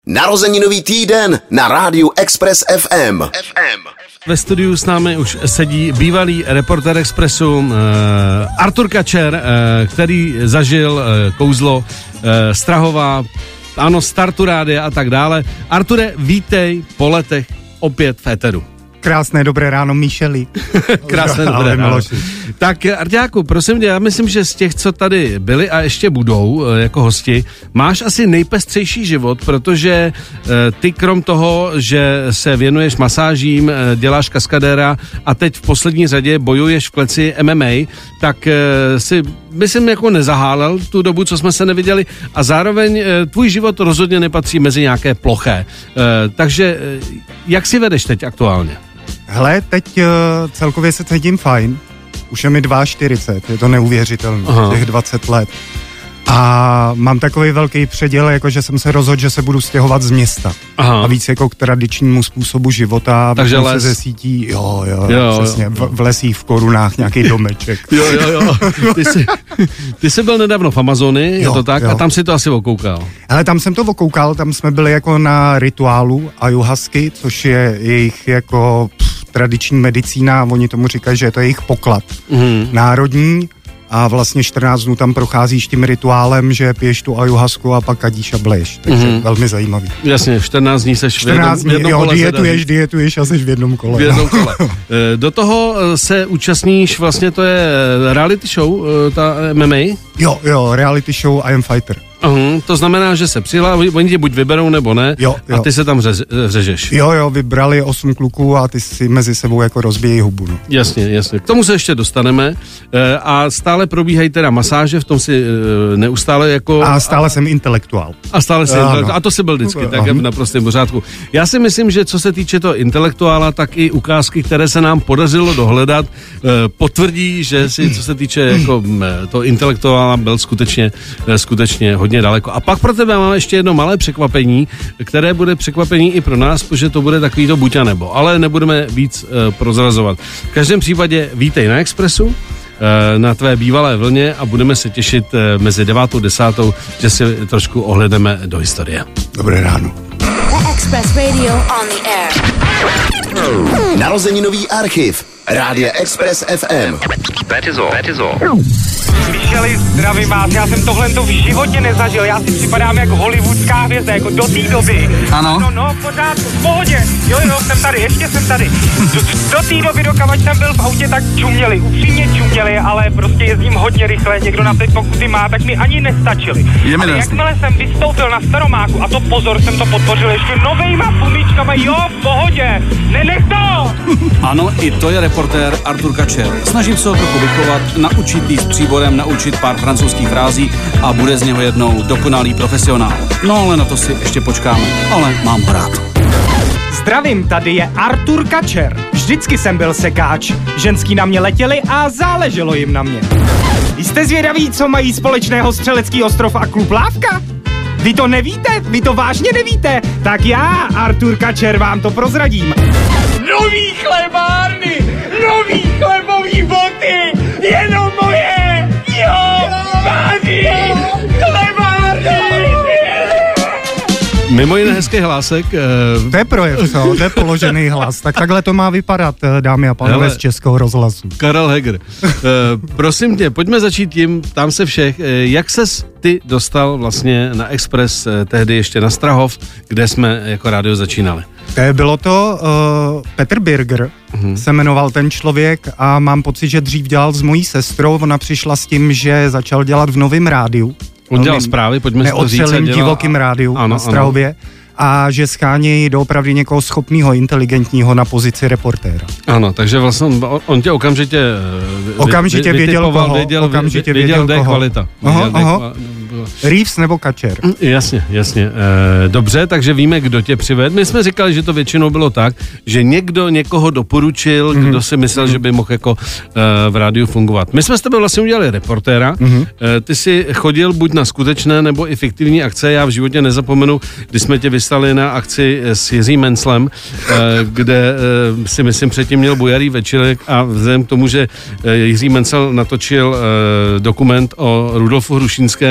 Narozeninový týden na rádiu Express FM. Ve studiu s námi už sedí bývalý reportér Expressu Artur Kačer, který zažil kouzlo Strahova, ano, startu rádia a tak dále. Arture, vítej po letech opět v éteru. Krásné dobré ráno, Míšeli. Krásné dobré ráno. Tak Arťáku, prosím tě, já myslím, že z těch, co tady byli a ještě budou jako hosti, máš asi nejpestřejší život, protože ty krom toho, že se věnuješ masážím, děláš kaskadéra a teď v poslední řadě bojuješ v kleci MMA, tak si myslím jako nezahálel tu dobu, co jsme se neviděli, a zároveň tvůj život rozhodně nepatří mezi nějaké ploché. Takže jak si vedeš teď aktuálně? Hele, teď celkově se cítím fajn. Už je mi 42, je to neuvěřitelné, těch 20 let. A mám takový velký předěl, jako že jsem se rozhodl, že se budu stěhovat z města. Aha. A víc jako k tradičnímu způsobu života. Takže les. Se zesítí, jo, přesně, v lesích, v Korunách, nějaký domeček. Jo. Ty jsi byl nedávno v Amazonii, je to tak? Jo. A tam si to asi okoukal. Ale tam jsem to okoukal, tam jsme byli jako na rituálu ayahuasky, což je jejich jako tradiční medicína, oni tomu říkají, že je to jejich poklad národní. A vlastně 14 dnů tam procházíš tím rituálem, že piješ tu ayahuasku a pak kadíš a bleješ. Takže velmi zajímavý. Jasně, 14 dní seš 14 v jednom kole. Dietuješ a seš v jednom kole. V jednom kole. Do toho se účastníš, vlastně to je reality show, ta MMA? Jo, reality show I Am Fighter. To znamená, že se oni tě buď vyberou, nebo ne, a ty se tam řežeš. Jo, vybrali 8 kluků a ty si mezi sebou jako rozbíjejí hubu. No. Jasně. K tomu se ještě dostaneme. A stále probíhají teda masáže, v tom si neustále jako... A stále jsem intelektuál. A to si byl vždycky, tak je v naprostém pořádku. Já si myslím, že co se týče toho intelektuála, tak i ukázky, které se nám podařilo dohledat, potvrdí, že si, co se týče jako toho intelektuála, byl skutečně hodně daleko. A pak pro tebe máme ještě jedno malé překvapení, které bude překvapení i pro nás, protože to bude takový to buď a nebo, ale nebudeme víc prozrazovat. V každém případě vítej na Expressu, na tvé bývalé vlně, a budeme se těšit mezi 9. a 10., že si trošku ohledeme do historie. Dobré ráno. Express Radio on the air. Narozeninový archiv Rádia Express FM. That is all. Micheli, zdravím vás, já jsem tohle v životě nezažil, já si připadám jako hollywoodská hvězda, jako do té doby. Ano. No, pořád, v pohodě, jo, ještě jsem tady. Do té doby, dokavať jsem byl v autě, tak upřímně čuměli, ale prostě jezdím hodně rychle, někdo na ty pokuty má, tak mi ani nestačili. Ale jakmile jsem vystoupil na Staromáku, a to pozor, jsem to podpořil ještě novejma pumíčkama, jo, v pohodě, nenech to! Ano, i to je reportér Artur Kačer. Snažím se ho trochu vychovat, naučit jí s příborem, naučit pár francouzských frází a bude z něho jednou dokonalý profesionál. No ale na to si ještě počkáme, ale mám ho rád. Zdravím, tady je Artur Kačer. Vždycky jsem byl sekáč. Ženský na mě letěli a záleželo jim na mě. Jste zvědaví, co mají společného Střelecký ostrov a Klub Lávka? Vy to nevíte? Vy to vážně nevíte? Tak já, Artur Kačer, vám to prozradím. Nový chlebárny! Nový chlebový boty! Jenom moje! Jo! Páni! Chlebárny! Mimo jiné hezký hlásek. To je projev, co? To je položený hlas. Tak takhle to má vypadat, dámy a pánové z Českého rozhlasu. Karel Heger. Prosím tě, pojďme začít tím, tam se všech. Jak ses ty dostal vlastně na Express, tehdy ještě na Strahov, kde jsme jako rádio začínali? Bylo to Petr Birger, se jmenoval ten člověk, a mám pocit, že dřív dělal s mojí sestrou. Ona přišla s tím, že začal dělat v Novém rádiu. On dělal zprávy, pojďme si to říct. Neotřelým divokým rádiu na Strahově. A že schánějí doopravdy někoho schopného, inteligentního na pozici reportéra. Ano, takže vlastně on tě okamžitě věděl koho. Věděl, kde je kvalita. Reeves nebo Kačer. Jasně. Dobře, takže víme, kdo tě přivedl. My jsme říkali, že to většinou bylo tak, že někdo někoho doporučil, kdo si myslel, že by mohl jako v rádiu fungovat. My jsme s tebe vlastně udělali reportéra. Ty jsi chodil buď na skutečné nebo i fiktivní akce. Já v životě nezapomenu, když jsme tě vyslali na akci s Jiřím Menclem, kde si myslím předtím měl bujarý večírek, a vzhledem k tomu, že Jiří Mencel natočil dokument o Rudolfu Hrušínském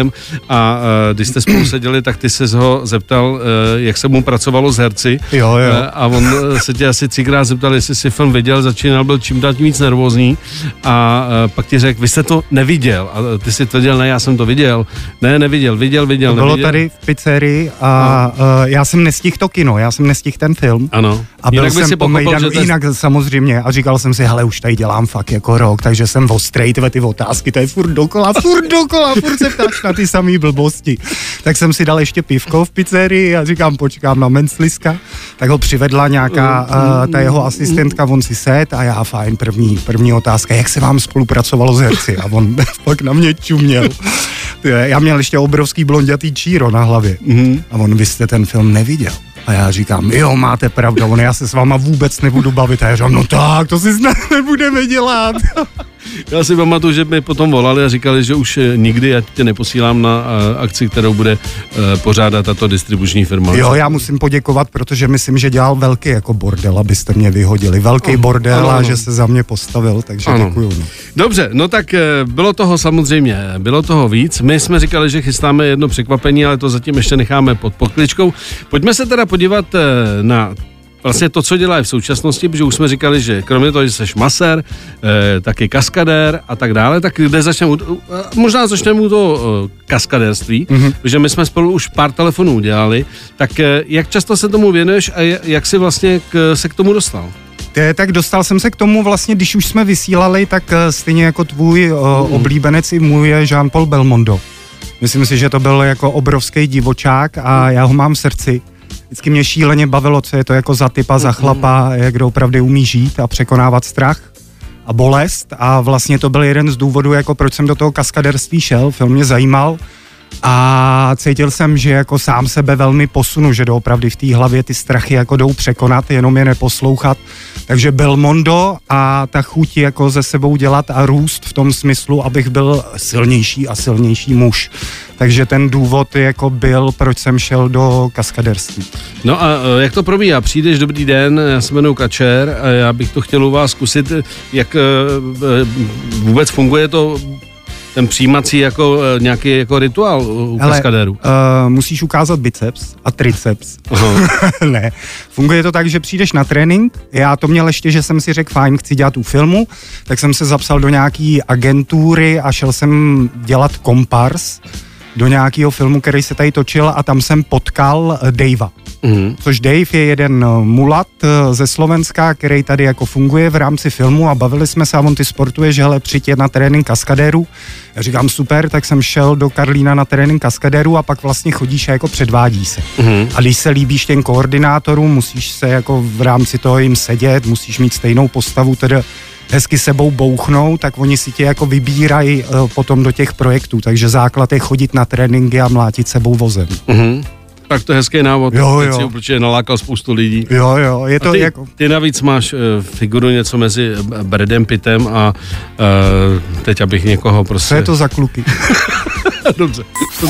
a když jste spolu seděli, tak ty ses ho zeptal, jak se mu pracovalo s herci. Jo. A on se tě asi 3krát zeptal, jestli si film viděl, začínal, byl čím dál tím víc nervózní a pak ti řekl, vy jste to neviděl a ty si tvrdil, ne, já jsem to viděl. Ne, neviděl. To bylo tady v pizzerii a já jsem nestihl to kino, já jsem nestihl ten film. Ano. A byl jsem po Mejdanu, jinak samozřejmě a říkal jsem si, hele, už tady dělám fakt jako rok, takže jsem ostrejt ty otázky, to je furt dokola, furt se ptáš na ty samý blbosti. Tak jsem si dal ještě pivko v pizzerii a říkám, počkám na Mencliska, tak ho přivedla nějaká ta jeho asistentka, on si set a já fajn, první otázka, jak se vám spolupracovalo s herci a on pak na mě čuměl. Já měl ještě obrovský blondětý číro na hlavě a on, vy jste ten film neviděl. A já říkám, jo, máte pravdu, já se s váma vůbec nebudu bavit. A já říkám, no tak, to si snad nebudeme dělat. Já si pamatuju, že mi potom volali a říkali, že už nikdy já tě neposílám na akci, kterou bude pořádat tato distribuční firma. Jo, já musím poděkovat, protože myslím, že dělal velký jako bordel, abyste mě vyhodili. Velký bordel ano. A že se za mě postavil, takže děkuju. Dobře, no tak bylo toho samozřejmě, bylo toho víc. My jsme říkali, že chystáme jedno překvapení, ale to zatím ještě necháme pod pokličkou. Pojďme se teda podívat na vlastně to, co dělá v současnosti, protože už jsme říkali, že kromě toho, že jsi masér, taky kaskadér a tak dále, tak kde začneme, možná začneme u toho kaskadérství, protože my jsme spolu už pár telefonů udělali, tak jak často se tomu věnuješ a jak jsi vlastně se k tomu dostal? Tak dostal jsem se k tomu vlastně, když už jsme vysílali, tak stejně jako tvůj oblíbenec i můj je Jean-Paul Belmondo. Myslím si, že to byl jako obrovský divočák a já ho mám v srdci. Vždycky mě šíleně bavilo, co je to jako za typa, za chlapa, jak kdo opravdu umí žít a překonávat strach a bolest a vlastně to byl jeden z důvodů, jako proč jsem do toho kaskaderství šel, film mě zajímal a cítil jsem, že jako sám sebe velmi posunu, že doopravdy v té hlavě ty strachy jako jdou překonat, jenom je neposlouchat. Takže Belmondo a ta chuť jako ze sebou dělat a růst v tom smyslu, abych byl silnější a silnější muž. Takže ten důvod jako byl, proč jsem šel do kaskaderství. No a jak to probíhá? Přijdeš, dobrý den, já se jmenuji Kačer a já bych to chtěl u vás zkusit, jak vůbec funguje to ten přijímací jako nějaký jako rituál u kaskadérů. Musíš ukázat biceps a triceps. Ne. Funguje to tak, že přijdeš na trénink. Já to měl ještě, že jsem si řekl, fajn, chci dělat u filmu, tak jsem se zapsal do nějaký agentury a šel jsem dělat kompars do nějakého filmu, který se tady točil a tam jsem potkal Davea. Což Dave je jeden mulat ze Slovenska, který tady jako funguje v rámci filmu a bavili jsme se a on ty sportuje, že hele, přijď na trénink kaskadérů. Já říkám super, tak jsem šel do Karlína na trénink kaskadérů a pak vlastně chodíš a jako předvádí se. A když se líbíš těm koordinátorům, musíš se jako v rámci toho jim sedět, musíš mít stejnou postavu, teda hezky sebou bouchnou, tak oni si tě jako vybírají potom do těch projektů, takže základ je chodit na tréninky a mlátit sebou vozem. Tak to je hezký návod, jo. si určitě nalákal spoustu lidí. Jo, je to jako... Ty navíc máš figuru něco mezi Bradem Pittem a teď abych někoho prostě... Co je to za kluky? Dobře.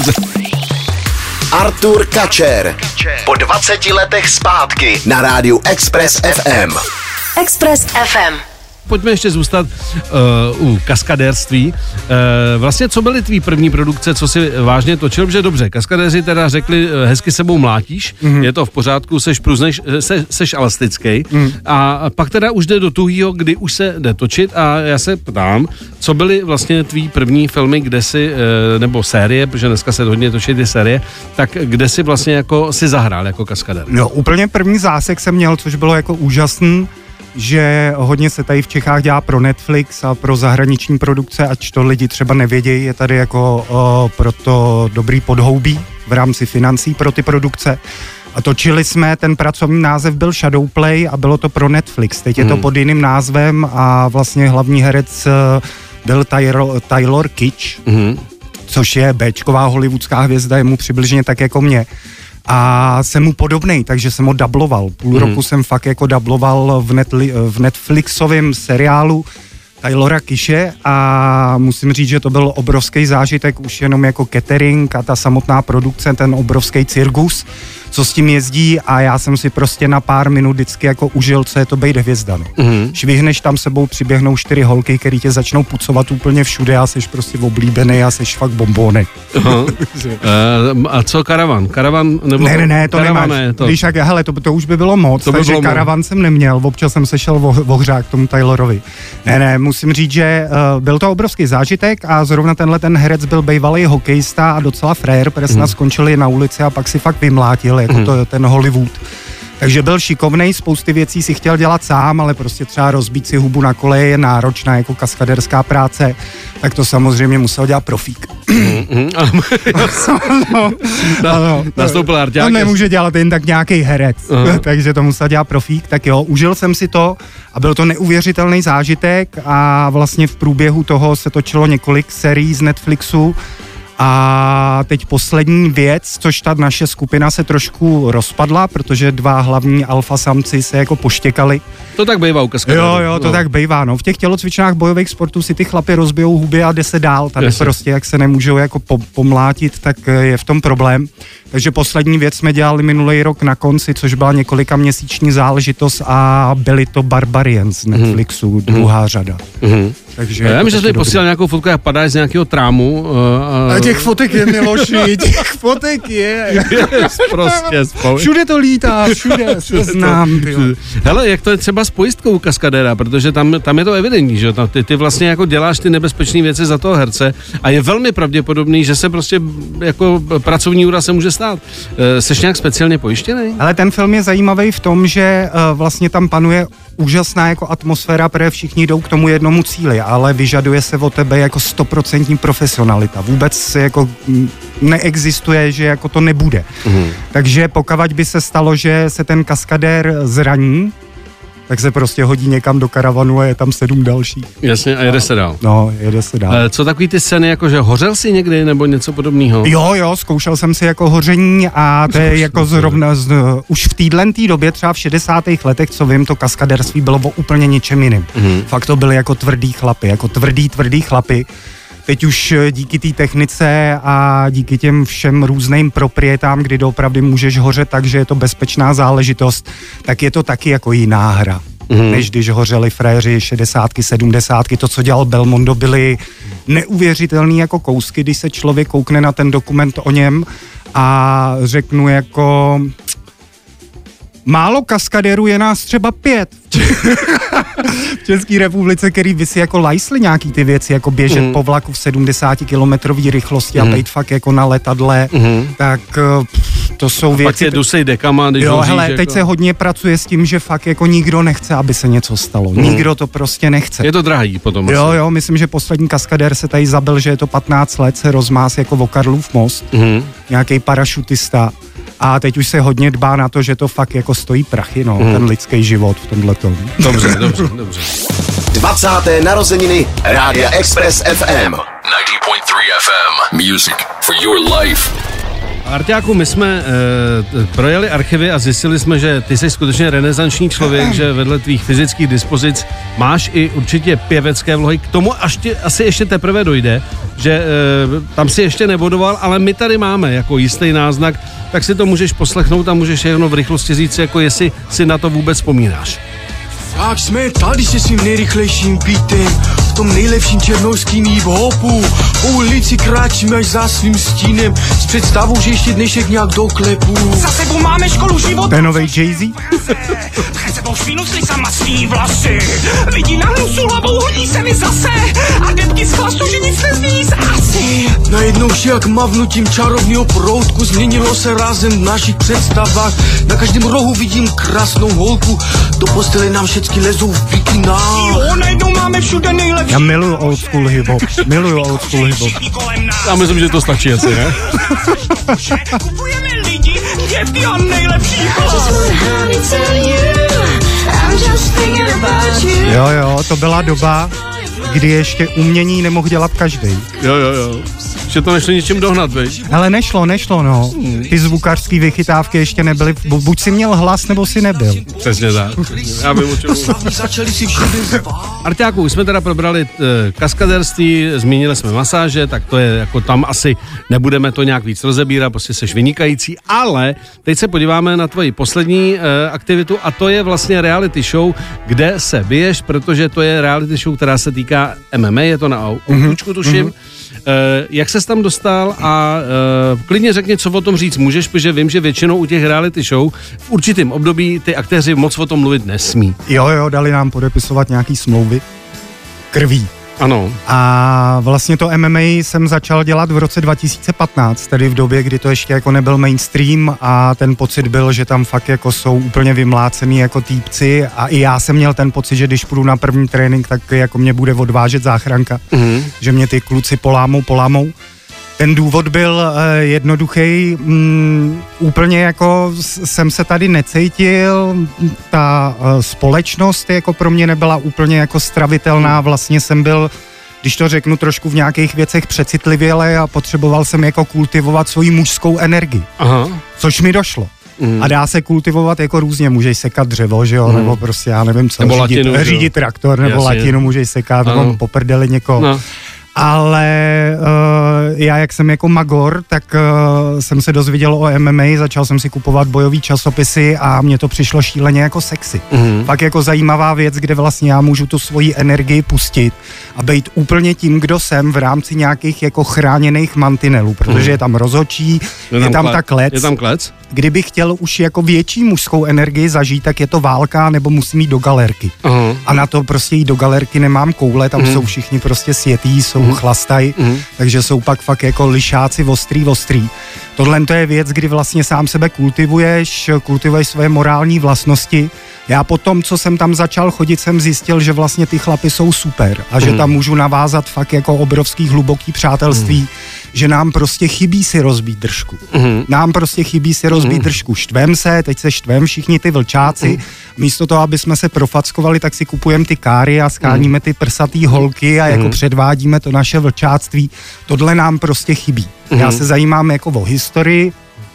Artur Kačer. Po 20 letech zpátky na rádiu Express FM. Express FM. Pojďme ještě zůstat u kaskadérství. Vlastně, co byly tvý první produkce, co si vážně točil? Protože dobře, kaskadéři teda řekli, hezky sebou mlátíš, je to v pořádku, seš průzneš, seš elastický. A pak teda už jde do tuhýho, kdy už se jde točit a já se ptám, co byly vlastně tvý první filmy, kde si, nebo série, protože dneska se hodně točí ty série, tak kde si vlastně jako si zahrál jako kaskadér? No, úplně první zásek jsem měl, což bylo jako úžasný, že hodně se tady v Čechách dělá pro Netflix a pro zahraniční produkce, ač to lidi třeba nevědějí, je tady jako proto dobrý podhoubí v rámci financí pro ty produkce. A točili jsme, ten pracovní název byl Shadowplay a bylo to pro Netflix. Teď je to pod jiným názvem a vlastně hlavní herec byl Taylor Kitsch, což je Bčková hollywoodská hvězda, je mu přibližně tak jako mě. A jsem mu podobnej, takže jsem ho dubloval. Půl roku jsem fakt jako dubloval v Netflixovém seriálu Taylora Kitche a musím říct, že to byl obrovský zážitek, už jenom jako catering a ta samotná produkce, ten obrovský cirkus, co s tím jezdí a já jsem si prostě na pár minut vždycky jako užil, co je to bejt hvězda. No. Švihneš tam sebou, přiběhnou 4 holky, který tě začnou pucovat úplně všude a seš prostě oblíbený a seš fakt bombóny. A co karavan? Karavan nebo... Ne, to nemáš. Když jak, hele, to už by bylo moc, takže karavan jsem neměl, občas jsem sešel vohřák tomu Taylorovi. Ne, musím říct, že byl to obrovský zážitek a zrovna ten herec byl bývalý hokejista a docela frér, protože jsme skončili na ulici a pak si fakt vymlátil, jako ten Hollywood. Takže byl šikovnej, spousty věcí si chtěl dělat sám, ale prostě třeba rozbít si hubu na koleji je náročná jako kaskaderská práce, tak to samozřejmě musel dělat profík. Nastoupil Arťák. To nemůže dělat jen tak nějaký herec, takže to musel dělat profík, tak jo, užil jsem si to a byl to neuvěřitelný zážitek a vlastně v průběhu toho se točilo několik sérií z Netflixu. A teď poslední věc, což ta naše skupina se trošku rozpadla, protože 2 hlavní alfasamci se jako poštěkali. To tak bývá u kaskadérů. Jo, to tak bývá, no. V těch tělocvičnách bojových sportů si ty chlapy rozbijou huby a jde se dál. Tady prostě, jak se nemůžou jako pomlátit, tak je v tom problém. Takže poslední věc jsme dělali minulý rok na konci, což byla několika měsíční záležitost a byly to Barbarians z Netflixu, 2. řada. Takže já myslím, že jsi posílal nějakou fotku, jak padáš z nějakého trámu. A těch fotek je, Miloši, těch fotek je. Prostě Všude to lítá, všude se znám. Hele, jak to je třeba s pojistkou kaskadéra, protože tam je to evidentní, že ty vlastně jako děláš ty nebezpečné věci za toho herce a je velmi pravděpodobný, že se prostě jako pracovní úraz se může stát. Seš nějak speciálně pojištěný? Ale ten film je zajímavý v tom, že vlastně tam panuje úžasná jako atmosféra, protože všichni jdou k tomu jednomu cíli, ale vyžaduje se od tebe jako 100% profesionalita. Vůbec jako neexistuje, že jako to nebude. Takže pokud by se stalo, že se ten kaskadér zraní, tak se prostě hodí někam do karavanu a je tam 7 dalších. Jasně, a jede se dál. No, jede se dál. Co takový ty scény, jako že hořel jsi někdy nebo něco podobného? Jo, zkoušel jsem si jako hoření a to je jako zrovna už v této době, třeba v 60. letech, co vím, to kaskaderství bylo o úplně něčem jiným. Fakt to byly jako tvrdý chlapy, jako tvrdý chlapy. Teď už díky té technice a díky těm všem různým proprietám, kdy doopravdy můžeš hořet tak, že je to bezpečná záležitost, tak je to taky jako jiná hra. Než když hořeli fréři 60, 70, to, co dělal Belmondo, byly neuvěřitelný jako kousky, když se člověk koukne na ten dokument o něm a řeknu jako... Málo kaskadérů je nás třeba 5 v České republice, který by si jako lajsli nějaký ty věci, jako běžet po vlaku v 70 kilometrový rychlosti a bejt fakt jako na letadle, tak to jsou věci... Pak je dusej dekama, když jo, hele, teď se hodně pracuje s tím, že fakt jako nikdo nechce, aby se něco stalo. Nikdo to prostě nechce. Je to drahý potom. Jo, myslím, že poslední kaskadér se tady zabil, že je to 15 let, se rozmás jako o Karlův most, nějaký parašutista. A teď už se hodně dbá na to, že to fakt jako stojí prachy, ten lidský život v tomhletom. Dobře. 20. narozeniny Rádia Express FM. 90.3 FM. Music for your life. Arťáku, my jsme projeli archivy a zjistili jsme, že ty jsi skutečně renesanční člověk, že vedle tvých fyzických dispozic máš i určitě pěvecké vlohy. K tomu asi ještě teprve dojde, že tam si ještě nebodoval, ale my tady máme jako jistý náznak, tak si to můžeš poslechnout a můžeš jenom v rychlosti říct, jako jestli si na to vůbec vzpomínáš. Tak jsme tady se svým nejrychlejším beatem, v tom nejlepším černovským hip-hopu. Po ulici kráčíme až za svým stínem, s představou, že ještě dnešek nějak doklepu. Za sebou máme školu života. To je novej Jay-Z? Před sebou švínu s lisama svý vlasy. Vidí na hlusu hlavou, hodí se mi zase. A debky z hlasu, že nic nezní z asi. Najednou jak mavnutím čarovného proutku změnilo se rázem v našich představách. Na každém rohu vidím krásnou holku, do postele nám všecky lezou v bikinách. Jo, najednou máme všude nejlepší. Já miluju old school hip-hop. Já myslím, že to stačí asi, ne? Kupujeme lidi, děvky a nejlepší Jo, to byla doba, kdy ještě umění nemohl dělat každý. Jo. Že to nešlo ničím dohnat, veď? Ale nešlo, no. Ty zvukařský vychytávky ještě nebyly, buď si měl hlas, nebo si nebyl. Přesně tak. Já vím, o čem Arťáku, jsme teda probrali kaskadérství, zmínili jsme masáže, tak to je jako tam asi nebudeme to nějak víc rozebírat, prostě seš vynikající, ale teď se podíváme na tvoji poslední aktivitu a to je vlastně reality show, kde se biješ, protože to je reality show, která se týká MMA, je to na Outučku, tuším. Jak ses tam dostal a klidně řekni, co o tom říct můžeš, protože vím, že většinou u těch reality show v určitém období ty aktéři moc o tom mluvit nesmí. Jo, dali nám podepisovat nějaký smlouvy krví. Ano. A vlastně to MMA jsem začal dělat v roce 2015, tedy v době, kdy to ještě jako nebyl mainstream a ten pocit byl, že tam fakt jako jsou úplně vymlácený jako týpci a i já jsem měl ten pocit, že když půjdu na první trénink, tak jako mě bude odvážet záchranka, že mě ty kluci polámou. Ten důvod byl jednoduchý, úplně jako jsem se tady necítil, ta společnost jako pro mě nebyla úplně jako stravitelná, vlastně jsem byl, když to řeknu, trošku v nějakých věcech přecitlivěle a potřeboval jsem jako kultivovat svoji mužskou energii, což mi došlo. A dá se kultivovat jako různě, můžeš sekat dřevo, že jo, nebo prostě já nevím co, řídit traktor, nebo latinu můžeš sekat, nebo poprdeli někoho. No. Ale já, jak jsem jako magor, tak jsem se dozvěděl o MMA, začal jsem si kupovat bojový časopisy a mně to přišlo šíleně jako sexy. Fakt jako zajímavá věc, kde vlastně já můžu tu svoji energii pustit a být úplně tím, kdo jsem v rámci nějakých jako chráněných mantinelů, protože je tam rozhodčí, je tam ta klec. Je tam klec? Kdybych chtěl už jako větší mužskou energii zažít, tak je to válka nebo musím jít do galerky. A na to prostě jít do galerky nemám koule, tam jsou všichni prostě světý, jsou chlastají, takže jsou pak fakt jako lišáci ostrý. Tohle to je věc, kdy vlastně sám sebe kultivuješ svoje morální vlastnosti. Já potom, co jsem tam začal chodit, jsem zjistil, že vlastně ty chlapy jsou super a že tam můžu navázat fakt jako obrovský hluboký přátelství, že nám prostě chybí si rozbít držku. Štvem se, teď se štvem všichni ty vlčáci. Místo toho, aby jsme se profackovali, tak si kupujeme ty káry a skáníme ty prsatý holky a jako předvádíme to naše vlčáctví. Tohle nám prostě chybí. Já se zajímám jako o historii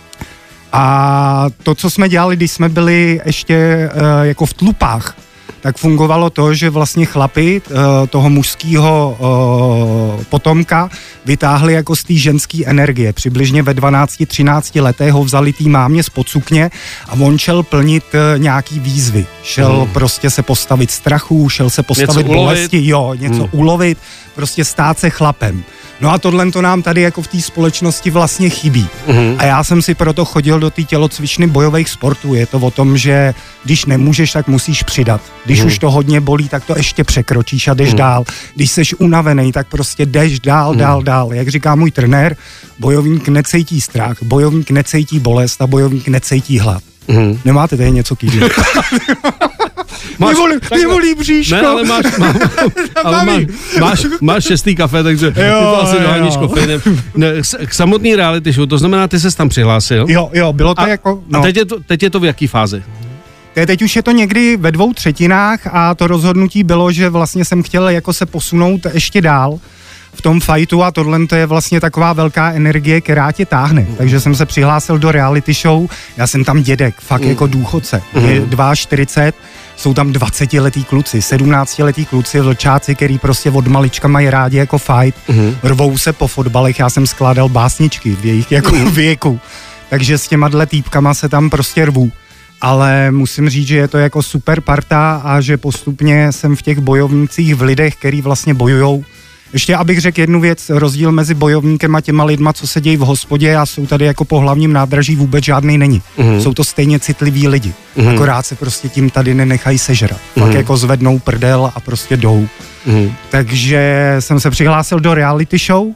a to, co jsme dělali, když jsme byli ještě jako v tlupách, tak fungovalo to, že vlastně chlapi toho mužského potomka vytáhli jako z té ženské energie. Přibližně ve 12-13 letech ho vzali tý mámě spod sukně a on šel plnit nějaký výzvy. Šel prostě se postavit strachu, šel se postavit bolesti, něco ulovit, prostě stát se chlapem. No a tohle to nám tady jako v té společnosti vlastně chybí. A já jsem si proto chodil do té tělocvičny bojových sportů. Je to o tom, že když nemůžeš, tak musíš přidat. Když už to hodně bolí, tak to ještě překročíš a jdeš dál. Když seš unavený, tak prostě jdeš dál. Jak říká můj trenér, bojovník necítí strach, bojovník necítí bolest a bojovník necítí hlad. Nemáte tady něco kýdle? Mě bolí bříško. Ne, ale máš 6. kafe, takže ty to asi doháníš kofeinem. K samotný reality show, to znamená, ty ses tam přihlásil? Jo, bylo to jako... No. A teď je to v jaký fázi? Teď už je to někdy ve 2/3 a to rozhodnutí bylo, že vlastně jsem chtěl jako se posunout ještě dál v tom fightu a tohle to je vlastně taková velká energie, která tě táhne. Takže jsem se přihlásil do reality show, já jsem tam dědek, fakt jako důchodce. Je 42, jsou tam 20letý kluci, 17letý kluci, vlčáci, který prostě od malička mají rádi jako fight, rvou se po fotbalech, já jsem skládal básničky v jejich jako věku. Takže s těma týpkama se tam prostě rvu. Ale musím říct, že je to jako super parta a že postupně jsem v těch bojovnících v lidech, který vlastně bojujou. Ještě abych řekl jednu věc, rozdíl mezi bojovníkem a těma lidma, co se dějí v hospodě a jsou tady jako po hlavním nádraží, vůbec žádný není. Jsou to stejně citliví lidi. Akorát se prostě tím tady nenechají sežrat. Pak jako zvednou prdel a prostě jdou. Takže jsem se přihlásil do reality show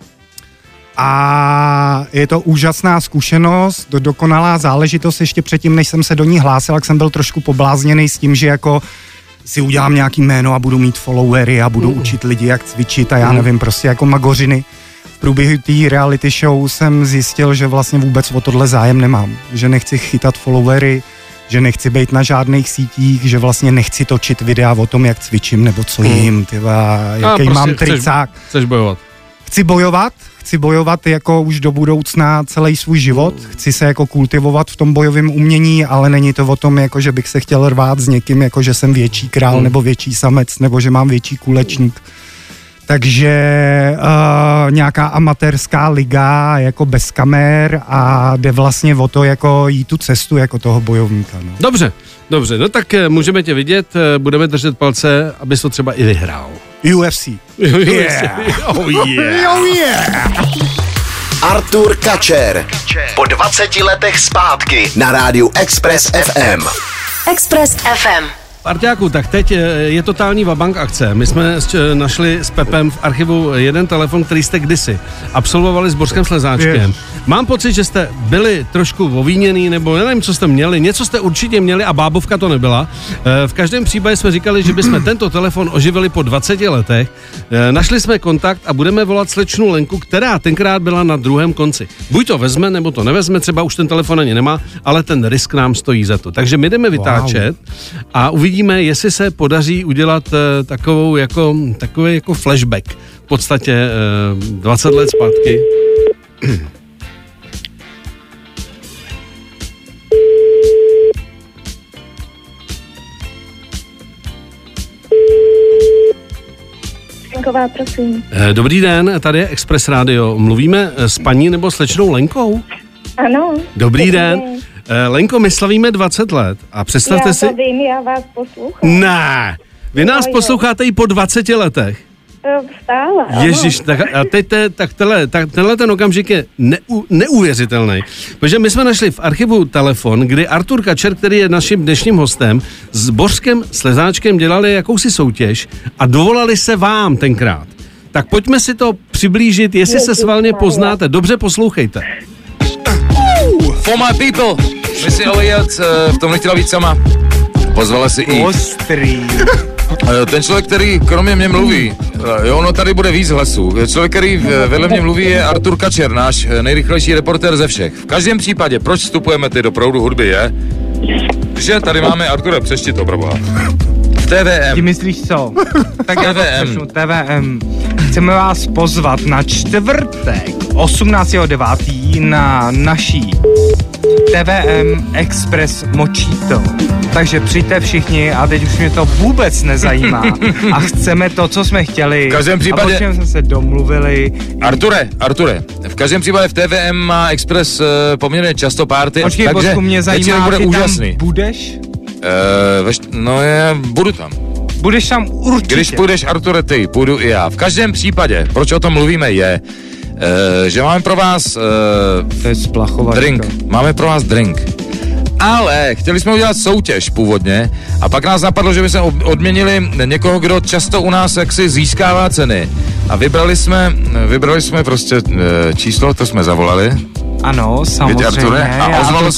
a je to úžasná zkušenost, dokonalá záležitost. Ještě předtím, než jsem se do ní hlásil, tak jsem byl trošku poblázněný s tím, že jako si udělám nějaký jméno a budu mít followery a budu učit lidi, jak cvičit a já nevím, prostě jako magořiny. V průběhu té reality show jsem zjistil, že vlastně vůbec o tohle zájem nemám. Že nechci chytat followery, že nechci být na žádných sítích, že vlastně nechci točit videa o tom, jak cvičím nebo co jim, jaký prostě mám tricák. Chceš bojovat. Chci bojovat jako už do budoucna celý svůj život, chci se jako kultivovat v tom bojovém umění, ale není to o tom, jako že bych se chtěl rvát s někým, jako že jsem větší král nebo větší samec, nebo že mám větší kulečník. Takže nějaká amatérská liga jako bez kamer a jde vlastně o to jako jít tu cestu jako toho bojovníka. No. Dobře, no tak můžeme tě vidět, budeme držet palce, abys to třeba i vyhrál. UFC. Yeah. Oh yeah. Oh yeah. Artur Kačer. Po 20 letech zpátky na rádiu Express FM. Express FM. Parťáku, tak teď je totální vabank akce. My jsme našli s Pepem v archivu jeden telefon, který jste kdysi absolvovali s Bořkem Slezáčkem. Mám pocit, že jste byli trošku ovíněný, nebo nevím, co jste měli. Něco jste určitě měli a bábovka to nebyla. V každém případě jsme říkali, že bychom tento telefon oživili po 20 letech. Našli jsme kontakt a budeme volat slečnu Lenku, která tenkrát byla na druhém konci. Buď to vezme, nebo to nevezme, třeba už ten telefon ani nemá, ale ten risk nám stojí za to. Takže my jdeme vytáčet a uvidíme, jestli se podaří udělat takový jako flashback. V podstatě 20 let zpátky. Lenková, prosím. Dobrý den, tady je Express Radio. Mluvíme s paní nebo slečnou Lenkou? Ano. Dobrý den. Lenko, my slavíme 20 let a představte si... Já to vím, já vás poslouchám. Ne, vy nás posloucháte i po 20 letech. Stále, ano. Ježiš, tak a teď tenhle ten okamžik je neuvěřitelný. Protože my jsme našli v archivu telefon, kdy Artur Kačer, který je naším dnešním hostem, s Bořkem Slezáčkem dělali jakousi soutěž a dovolali se vám tenkrát. Tak pojďme si to přiblížit, jestli se svalně poznáte. Dobře poslouchejte. For my people, my si Elliot v tom nechtěla víc sama. Pozvala si i... Ostrý. Ten člověk, který kromě mě mluví, jo, no tady bude víc hlasů. Člověk, který vedle mě mluví, je Artur Kačer, náš nejrychlejší reportér ze všech. V každém případě, proč vstupujeme ty do proudu hudby, je, že tady máme, Arture, přešti to, proboha. TVM. Ty myslíš co? Tak já to přešnu, TVM. Chceme vás pozvat na čtvrtek 18.9. na naší TVM Express Močito. Takže přijďte všichni a teď už mě to vůbec nezajímá. A chceme to, co jsme chtěli. V každém případě... A počem jsme se domluvili. Arture, v každém případě v TVM má Express poměrně často party. Počkej, takže Božku, mě zajímá, bude ty úžasný. Tam budeš? Budu tam. Budeš tam určitě. Když půjdeš, Arture, ty, půjdu i já. V každém případě, proč o tom mluvíme, je, že máme pro vás to je drink. Máme pro vás drink. Ale chtěli jsme udělat soutěž původně a pak nás napadlo, že by se odměnili někoho, kdo často u nás jaksi získává ceny. A vybrali jsme prostě číslo, to jsme zavolali. Ano, samozřejmě. Arture, a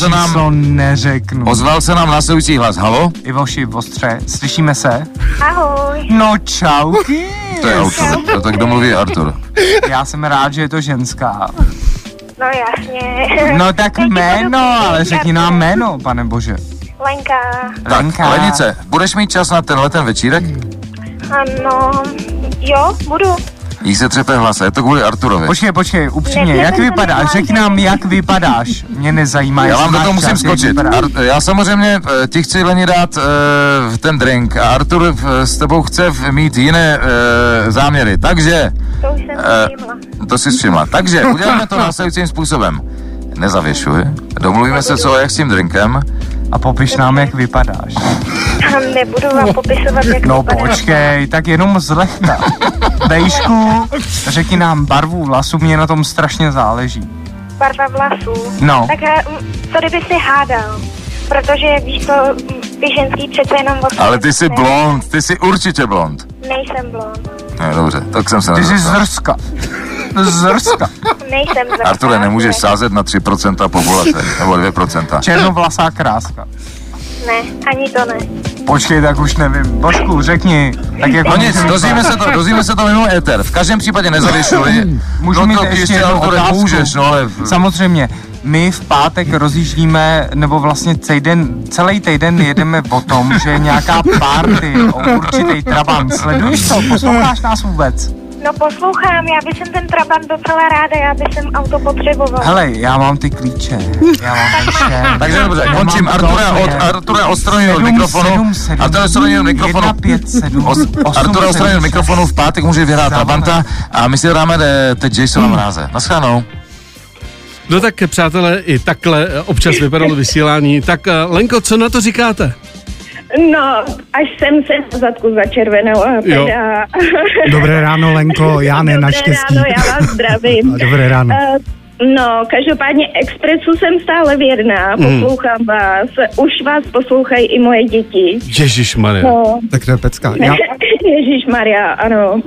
ozval se nám následující hlas. Halo? Ivoši, ostře, slyšíme se? Ahoj. No čauky. To je Artur. Tak kdo mluví, Artur? Já jsem rád, že je to ženská. No jasně. No tak jméno, ale řekni nám jméno, pane bože. Lenka. Tak, Lenice, budeš mít čas na ten večírek? Ano, jo, budu. Jí se třepe hlas, je to kvůli Arturovi. Počkej, upřímně, jak vypadáš? Řekni nám, jak vypadáš. Mě nezajímá. Já vám do toho musím skočit. Já samozřejmě ti chci, Leni, dát ten drink a Artur s tebou chce mít jiné záměry, takže... To už jsem všimla. To si všimla. Takže uděláme to následujícím způsobem. Nezavěšuj, domluvíme se co a jak s tím drinkem. A popiš nám, jak vypadáš. Nebudu vám popisovat, jak No vypadám. počkej, tak jenom zlehka. Dejšku, řekni nám barvu vlasů, mě na tom strašně záleží. Barva vlasů. No. Tak co kdyby si hádal? Protože, jak víš to, ty ženský přece jenom... Ale ty jsi blond, ty jsi určitě blond. Nejsem blond. No, dobře, tak jsem se Ty nedostal. jsi zrska. Zrska. Nejsem zrska. Arture, nemůžeš sázet na 3% populace, nebo 2%. Černovlasá kráska. Ne, ani to ne. Počkej, tak už nevím. Božku, řekni. Tak jako No nic, dozvíme se to mimo éter. V každém případě nezavěšuj. Můžu mít ještě jednu otázku? Můžeš, no ale... Samozřejmě, my v pátek rozjíždíme, nebo vlastně celý týden jedeme o tom, že je nějaká party o určitý trabant. Sleduješ to? Posloucháš nás vůbec? No poslouchám, já bych ten Trabant docela ráda, já bych auto potřeboval. Hele, já mám ty klíče. Takže dobře, končím. Artura odstraněný od mikrofonu. Artura odstraněný od mikrofonu. 157. Artura odstraněný od mikrofonu, v pátek může vyhrát Trabanta a my si dáme teď Jasona Mráze. Naschledanou. No tak, přátelé, i takhle občas vypadalo vysílání. Tak, Lenko, co na to říkáte? No, až jsem se na zadku začervenala. Teda. Dobré ráno, Lenko, já ne, naštěstí. Dobré ráno, já vás zdravím. Dobré ráno. No, každopádně Expressu jsem stále věrná, poslouchám vás. Už vás poslouchají i moje děti. Ježišmarja. No. Tak to je pecka. Ježišmarja, ano.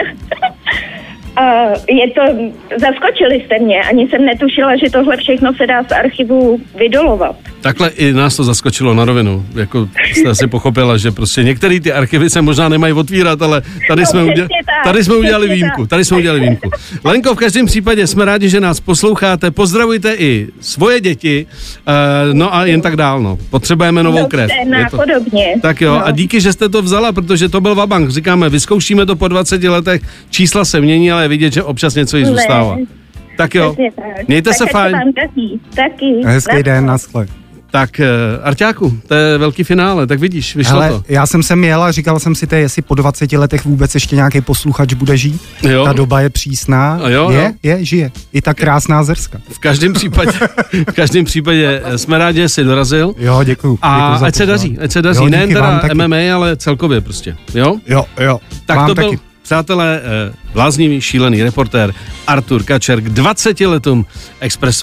Zaskočili jste mě, ani jsem netušila, že tohle všechno se dá z archivu vydolovat. Takhle i nás to zaskočilo na rovinu. Jako jste asi pochopila, že prostě některé ty archivy se možná nemají otvírat, ale tady jsme udělali výjimku. Lenko, v každém případě jsme rádi, že nás posloucháte. Pozdravujte i svoje děti. No a jen tak dál, no. Potřebujeme novou krev. Nápodobně. Tak jo, a díky, že jste to vzala, protože to byl vabank. Říkáme, vyzkoušíme to po 20 letech, čísla se mění, ale je vidět, že občas něco jí zůstává. Tak jo, mějte se fajn. Taky. Hezký den, naschle. Tak, Arťáku, to je velký finále, tak vidíš, vyšlo to. Já jsem sem jel a říkal jsem si, jestli po 20 letech vůbec ještě nějaký posluchač bude žít. Jo. Ta doba je přísná. Žije. I ta krásná Zrska. V každém případě jsme rádi, že jsi dorazil. Jo, děkuju. A ať se daří. Nejen teda MMA, ale celkově prostě. Jo? Jo. Tak vám to byl, přátelé, bláznivý, šílený reportér Artur Kačer k 20 letům Expressu.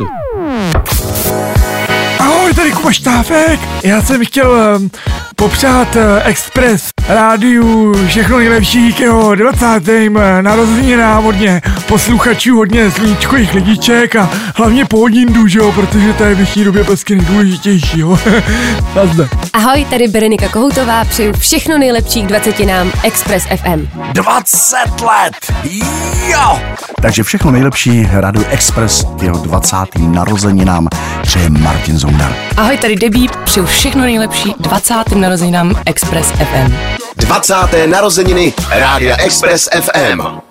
Ahoj, tady Kuba Štáfek. Já jsem chtěl popřát Express rádiu všechno nejlepší k jeho 20. narozeninám, hodně posluchačů, hodně sluníčkových lidiček a hlavně pohodindu, že jo, protože to je v dnešní době prostě nejdůležitější, jo. Nazdar. Ahoj, tady Berenika Kohoutová, přeju všechno nejlepší k 20 Express FM. 20 let! Jo! Takže všechno nejlepší Rádiu Express k jeho 20. narozeninám přeje Martin Zoumnar. Ahoj, tady Debí, přeju všechno nejlepší 20. narozeninám Express FM. 20. narozeniny Rádia Express FM.